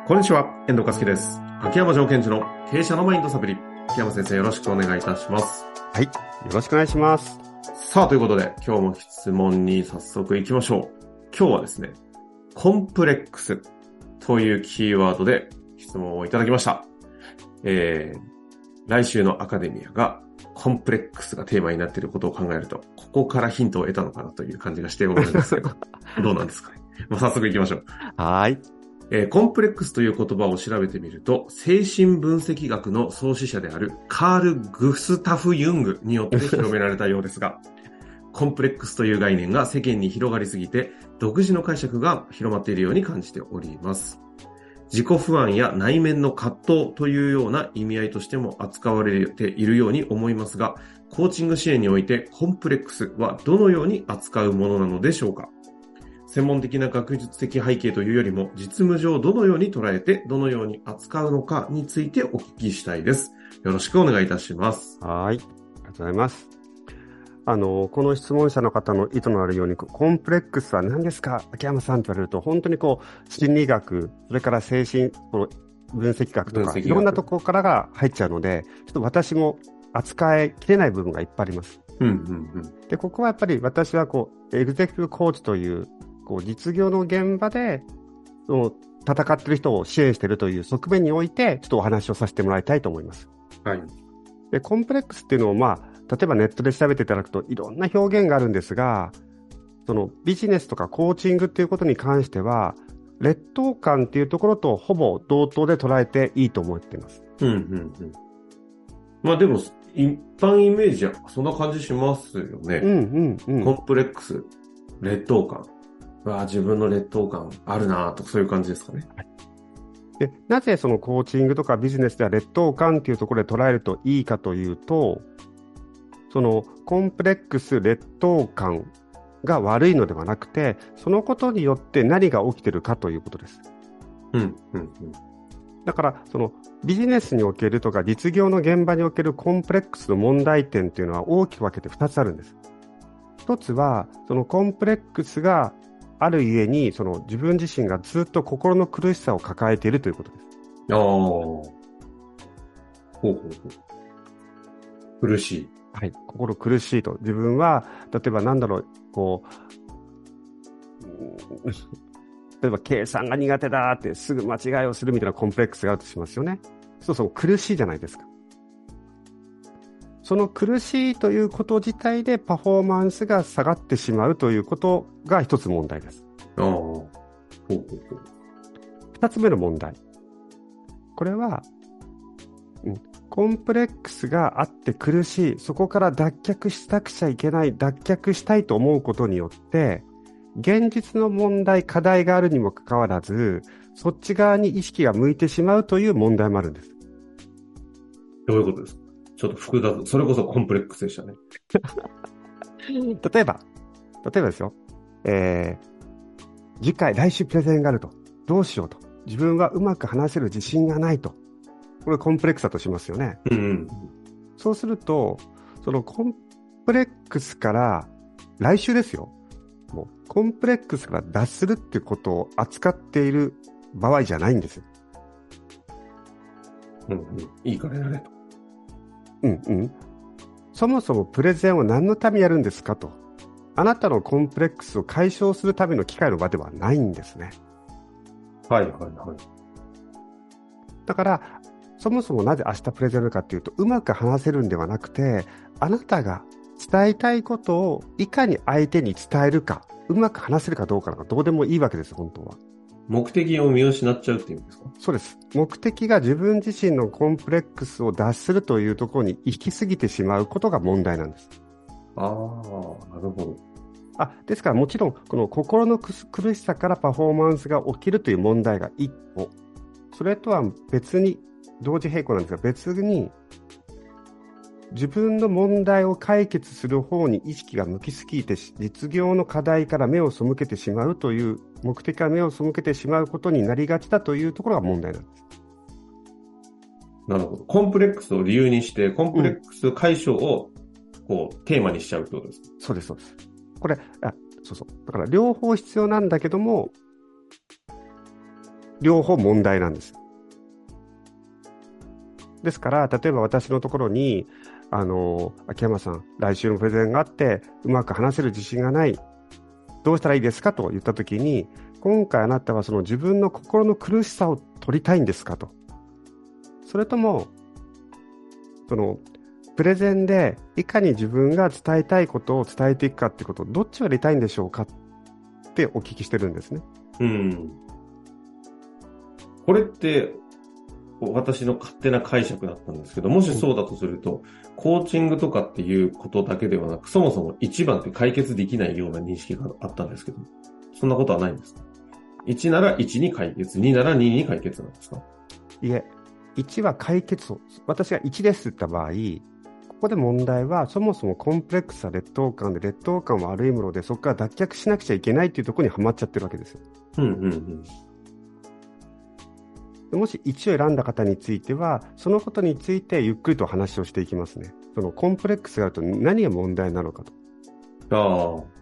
こんにちは、遠藤和樹です。秋山条件時の経営者のマインドサプリ。秋山先生、よろしくお願いいたします。 はい、よろしくお願いします。 さあ、ということで、今日も質問に早速行きましょう。今日はですね、コンプレックスというキーワードで質問をいただきました。来週のアカデミアがコンプレックスがテーマになっていることを考えると、ここからヒントを得たのかなという感じがしておるんですけど、どうなんですかね。早速行きましょう。 はい。 コンプレックスという言葉を調べてみると、精神分析学の創始者であるカール・グスタフ・ユングによって広められたようですが、コンプレックスという概念が世間に広がりすぎて、独自の解釈が広まっているように感じております。自己不安や内面の葛藤というような意味合いとしても扱われているように思いますが、コーチング支援においてコンプレックスはどのように扱うものなのでしょうか。専門的な学術的背景というよりも、実務上どのように捉えて、どのように扱うのかについてお聞きしたいです。よろしくお願いいたします。 はい。ありがとうございます。この質問者の方の意図のあるように、コンプレックスは何ですか、秋山さんと言われると、本当に心理学、それから精神、分析学とか、いろんなところからが入っちゃうので、ちょっと私も扱いきれない部分がいっぱいあります。で、ここはやっぱり私はエグゼクティブコーチという、実業の現場で戦っている人を支援しているという側面においてちょっとお話をさせてもらいたいと思います。 はい。 で、コンプレックスっていうのを例えばネットで調べていただくといろんな表現があるんですが、ビジネスとかコーチングっていうことに関しては劣等感っていうところとほぼ同等で捉えていいと思っています。 でも一般イメージはそんな感じしますよね。コンプレックス、劣等感。自分の劣等感あるなと、そういう感じですかね。 はい。で、なぜそのコーチングとかビジネスでは劣等感っていうところで捉えるといいかというと、そのコンプレックス、劣等感が悪いのではなくて、そのことによって何が起きているかということです。だからビジネスにおけるとか実業の現場におけるコンプレックスの問題点というのは大きく分けて2つあるんです。一つはそのコンプレックスがあるゆえに自分自身がずっと心の苦しさを抱えているということです。 苦しい。 はい、心苦しいと。自分は例えば例えば計算が苦手だってすぐ間違いをするみたいなコンプレックスがあるとしますよね。そう苦しいじゃないですか。その苦しいということ自体でパフォーマンスが下がってしまうということが一つ問題です。二つ目の問題。これは、コンプレックスがあって苦しい、そこから脱却したくちゃいけない、脱却したいと思うことによって、現実の問題、課題があるにもかかわらず、そっち側に意識が向いてしまうという問題もあるんです。 どういうことですか？ちょっと複雑。それこそコンプレックスでしたね。 例えばですよ。来週プレゼンがあると。どうしようと。自分はうまく話せる自信がないと。これコンプレックスだとしますよね。そうすると、そのコンプレックスから、来週ですよ。もうコンプレックスから脱するってことを扱っている場合じゃないんですよ。 いいからやれと。 そもそもプレゼンを何のためにやるんですかと。あなたのコンプレックスを解消するための機会の場ではないんですね。だから、そもそもなぜ明日プレゼンやるかというと、うまく話せるんではなくて、あなたが伝えたいことをいかに相手に伝えるか、うまく話せるかどうかなんかどうでもいいわけです、本当は。 目的を見失っちゃうっていうんですか？ そうです。目的が自分自身のコンプレックスを脱するというところに行き過ぎてしまうことが問題なんです。 なるほど。 ですからもちろんこの心の苦しさからパフォーマンスが起きるという問題が一歩、それとは別に同時並行なんですが、別に自分の問題を解決する方に意識が向きすぎて、実業の課題から目を背けてしまうという、目的から目を背けてしまうことになりがちだというところが問題なんです。 なるほど。コンプレックスを理由にして、コンプレックス解消をテーマにしちゃうってことですか？ そうです。これ、だから両方必要なんだけども、 両方問題なんです。ですから、例えば私のところに、秋山さん、来週のプレゼンがあって、うまく話せる自信がない。どうしたらいいですかと言ったときに、今回あなたはその自分の心の苦しさを取りたいんですかと。それとも、その、プレゼンでいかに自分が伝えたいことを伝えていくかってことをどっちをやりたいんでしょうかってお聞きしてるんですね。 うん。これって、私の勝手な解釈だったんですけど、もしそうだとすると、コーチングとかっていうことだけではなく、そもそも1番って解決できないような認識があったんですけど、そんなことはないんですか？ 1 なら1に解決、2なら2に解決なんですか？ いえ、1は解決を、私が1ですって言った場合、ここで問題は、そもそもコンプレックスは劣等感で、劣等感は悪いもので、そこから脱却しなくちゃいけないっていうところにはまっちゃってるわけですよ。 うんうんうん。 もし1を選んだ方については、そのことについてゆっくりと話をしていきますね。そのコンプレックスがあると何が問題なのかと。 ああ。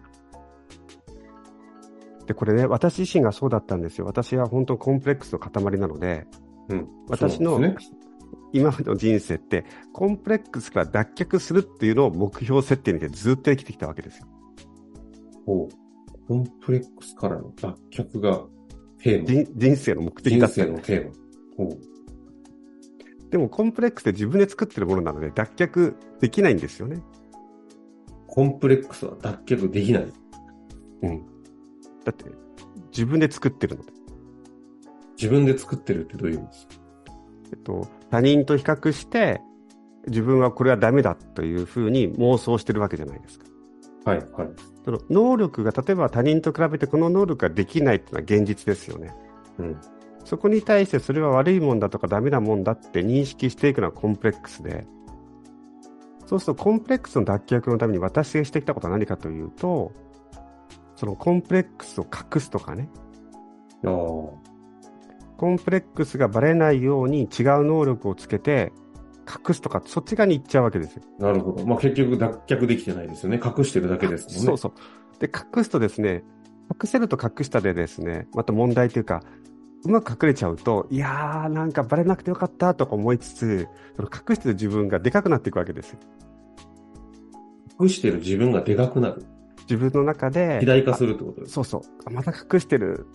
で、これね、私自身がそうだったんですよ。私は本当コンプレックスの塊なので、 うん。 私の今までの人生って、コンプレックスから脱却するっていうのを目標設定にしてずっと生きてきたわけですよ。 ほう。コンプレックスからの脱却がテーマ。 人生の目的だった。 人生のテーマ。ほう。 でもコンプレックスって自分で作ってるものなので脱却できないんですよね。 コンプレックスは脱却できない。 うん。だって自分で作ってるので。 自分で作ってるってどういう意味ですか？ 他人と比較して自分はこれはダメだというふうに妄想してるわけじゃないですか。 はいはい。 その能力が例えば他人と比べてこの能力ができないっていうのは現実ですよね。 うん。 そこに対してそれは悪いもんだとかダメなもんだって認識していくのはコンプレックスで、そうするとコンプレックスの脱却のために私がしてきたことは何かというと、そのコンプレックスを隠すとかね、 ああ。 コンプレックスがバレないように違う能力をつけて隠すとか、そっち側に行っちゃうわけですよ。 なるほど。まあ、結局脱却できてないですよね。隠してるだけですもんね。 そうそう。で、隠すとですね、隠せると隠したでですね、また問題というか、うまく隠れちゃうと、いやーなんかバレなくてよかったとか思いつつ、その隠してる自分がでかくなっていくわけですよ。 隠してる自分がでかくなる。 自分の中で。 肥大化するってことですか？ そうそう。また隠してる。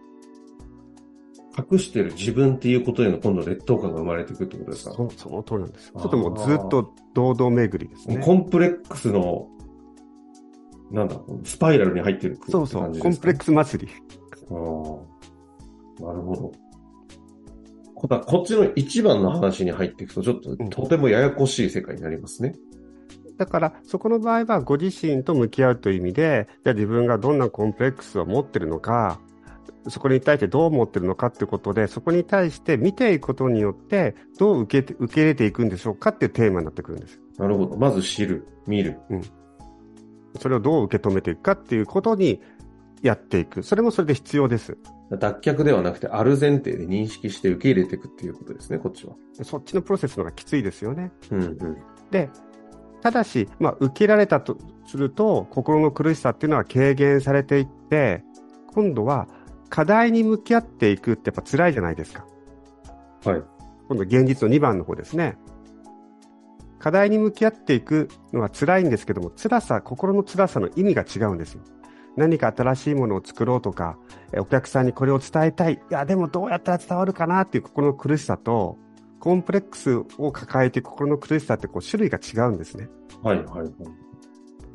隠してる自分っていうことへの今度劣等感が生まれてくるってことですか？ その通りなんですよ。ちょっともうずっと堂々巡りですね。 コンプレックスの、なんだ、スパイラルに入ってるって感じですか？ そうそう。コンプレックス祭り。 ああ。なるほど。こっちの一番の話に入っていくと、ちょっととてもややこしい世界になりますね。 だから、そこの場合はご自身と向き合うという意味で、じゃあ自分がどんなコンプレックスを持っているのか、そこに対してどう思っているのかということで、そこに対して見ていくことによって、どう受け入れていくんでしょうかっていうテーマになってくるんです。 なるほど。まず知る、見る。 それをどう受け止めていくかっていうことにやっていく。それもそれで必要です。 脱却ではなくて、ある前提で認識して受け入れていくっていうことですね、こっちは。 そっちのプロセスの方がきついですよね。 うんうん。 で、ただし、受けられたとすると、心の苦しさっていうのは軽減されていって、今度は課題に向き合っていくってやっぱ辛いじゃないですか。 はい。 今度現実の2番の方ですね。課題に向き合っていくのは辛いんですけども、心の辛さの意味が違うんですよ。何か新しいものを作ろうとか、お客さんにこれを伝えたい。いや、でもどうやったら伝わるかなっていう心の苦しさと、コンプレックスを抱えていく心の苦しさって種類が違うんですね。 はいはいはい。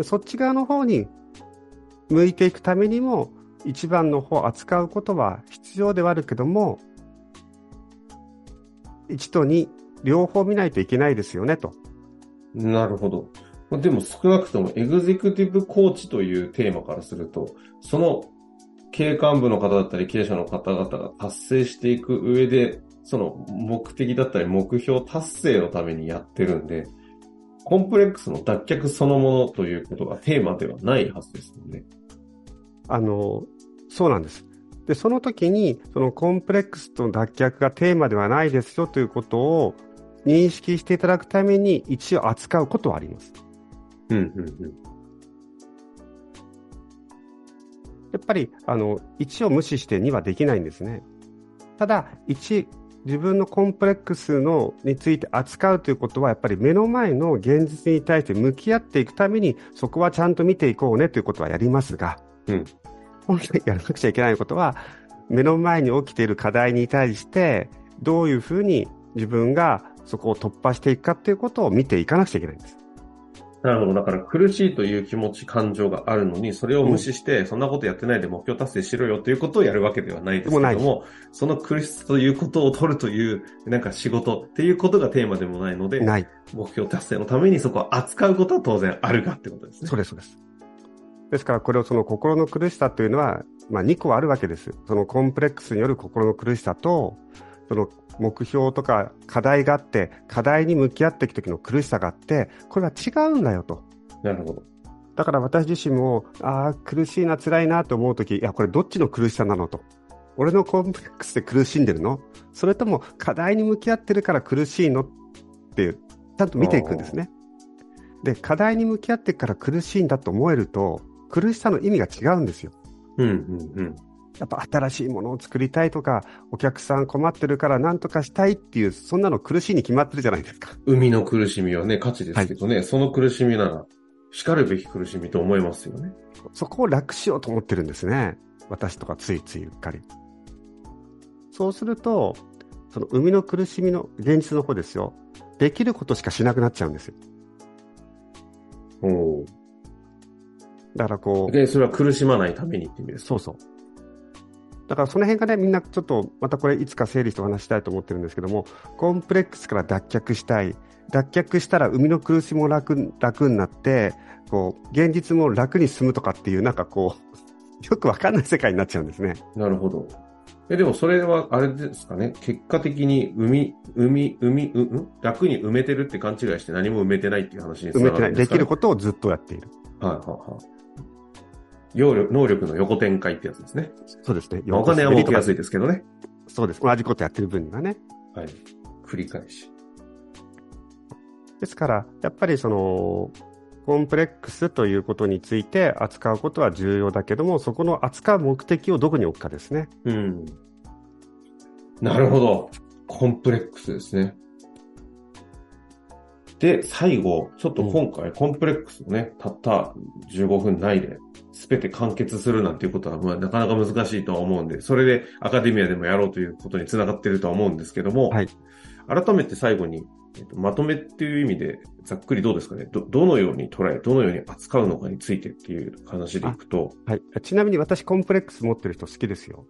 そっち側の方に向いていくためにも、一番の方を扱うことは必要ではあるけども、1と2両方見ないといけないですよねと。 なるほど。でも少なくともエグゼクティブコーチというテーマからすると、その経営幹部の方だったり経営者の方々が達成していく上で、その目的だったり目標達成のためにやってるんで、コンプレックスの脱却そのものということがテーマではないはずですよね。 そうなんです。で、その時に、そのコンプレックスとの脱却がテーマではないですよということを認識していただくために一応扱うことはあります。 うんうんうん。 やっぱり、1を無視して2はできないんですね。 ただ、自分のコンプレックスについて扱うということは、やっぱり目の前の現実に対して向き合っていくために、そこはちゃんと見ていこうねということはやりますが、本来やらなくちゃいけないことは、目の前に起きている課題に対して、どういうふうに自分がそこを突破していくかということを見ていかなくちゃいけないんです。 なるほど。だから苦しいという気持ち、感情があるのに、それを無視して、そんなことやってないで目標達成しろよということをやるわけではないですけども、その苦しさということを取るという、なんか仕事っていうことがテーマでもないので、目標達成のためにそこを扱うことは当然あるがってことですね。 そうです、そうです。ですからこれをその心の苦しさというのは、2個あるわけです。そのコンプレックスによる心の苦しさと、その目標とか課題があって、課題に向き合っていくときの苦しさがあって、これは違うんだよと。 なるほど。 だから私自身も、苦しいな、辛いなと思うとき、いや、これどっちの苦しさなのと。俺のコンプレックスで苦しんでるの？それとも課題に向き合ってるから苦しいのっていう、ちゃんと見ていくんですね。で、課題に向き合ってから苦しいんだと思えると、苦しさの意味が違うんですよ。やっぱ新しいものを作りたいとか、お客さん困ってるから何とかしたいっていう、そんなの苦しいに決まってるじゃないですか。 生みの苦しみはね、価値ですけどね、その苦しみなら、叱るべき苦しみと思いますよね。 そこを楽しようと思ってるんですね。私とかついついうっかり。そうすると、その生みの苦しみの現実の方ですよ。できることしかしなくなっちゃうんですよ。だからで、それは苦しまないためにって意味ですか？ そうそう。だからその辺がね、みんなちょっとまたこれいつか整理してお話したいと思ってるんですけども、コンプレックスから脱却したい。脱却したら生みの苦しみも楽になって、現実も楽に進むとかっていう、よくわかんない世界になっちゃうんですね。 なるほど。でもそれはあれですかね、結果的に楽に埋めてるって勘違いして何も埋めてないっていう話につながるんですかね。埋めてない。 できることをずっとやっている。 能力の横展開ってやつですね。 そうですね。 お金は儲けやすいですけどね。 そうです。同じことやってる分にはね。 はい。繰り返し。 ですから、やっぱりコンプレックスということについて扱うことは重要だけども、そこの扱う目的をどこに置くかですね。 なるほど。コンプレックスですね。で、最後、ちょっと今回、コンプレックスをね、たった15分内で全て完結するなんていうことは、なかなか難しいとは思うんで、それでアカデミアでもやろうということにつながっているとは思うんですけども、改めて最後に、まとめっていう意味で、ざっくりどうですかね。どのように捉え、どのように扱うのかについてっていう話でいくと。 ちなみに私、コンプレックス持ってる人好きですよ。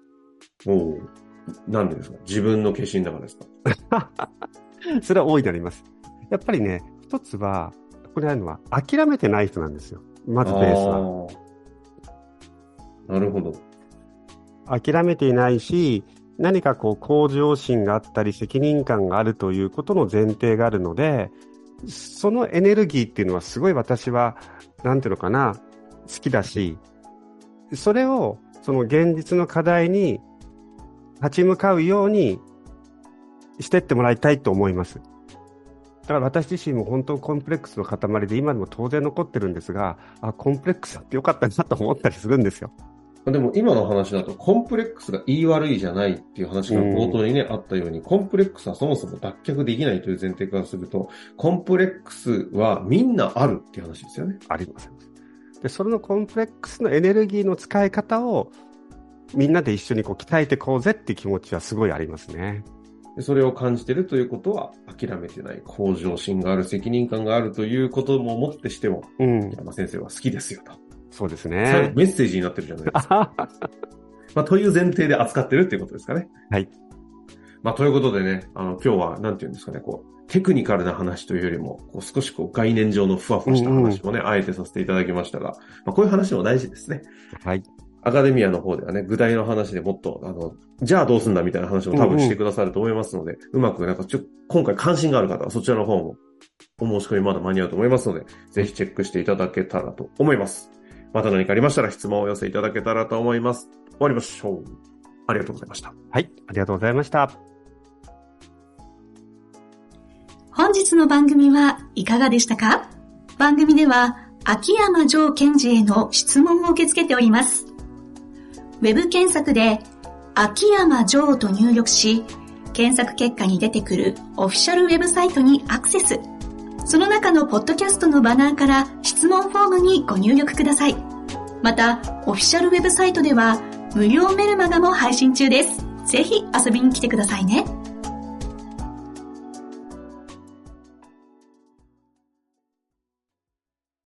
なんでですか？自分の化身だからですか？ それは大いになります。やっぱりね、一つは、ここにあるのは、諦めてない人なんですよ。まずベースは。 なるほど。 諦めていないし、何か向上心があったり、責任感があるということの前提があるので、そのエネルギーっていうのはすごい私は、好きだし、それを、その現実の課題に立ち向かうようにしてってもらいたいと思います。だから私自身も本当コンプレックスの塊で今でも当然残ってるんですが、コンプレックスってよかったなと思ったりするんですよ。 でも今の話だとコンプレックスが言い悪いじゃないっていう話が冒頭にね、あったように、コンプレックスはそもそも脱却できないという前提からすると、コンプレックスはみんなあるっていう話ですよね。 ありません。で、それのコンプレックスのエネルギーの使い方をみんなで一緒に鍛えていこうぜっていう気持ちはすごいありますね。 でそれを感じているということは諦めてない、向上心がある、責任感があるということももってしても、山先生は好きですよと。 そうですね。 メッセージになってるじゃないですか。という前提で扱ってるっていうことですかね。 はい。 ということでね、今日はなんていうんですかね、テクニカルな話というよりも、少し概念上のふわふわした話もね、あえてさせていただきましたが、こういう話も大事ですね。 はい。 アカデミアの方ではね、具体の話でもっと、じゃあどうすんだみたいな話も多分してくださると思いますので、うまく今回関心がある方はそちらの方もお申し込みまだ間に合うと思いますので、ぜひチェックしていただけたらと思います。また何かありましたら質問をお寄せいただけたらと思います。終わりましょう。ありがとうございました。 はい、ありがとうございました。 本日の番組はいかがでしたか？番組では秋山城賢治への質問を受け付けております。ウェブ検索で秋山城と入力し、検索結果に出てくるオフィシャルウェブサイトにアクセス。その中のポッドキャストのバナーから質問フォームにご入力ください。また、オフィシャルウェブサイトでは無料メルマガも配信中です。ぜひ遊びに来てくださいね。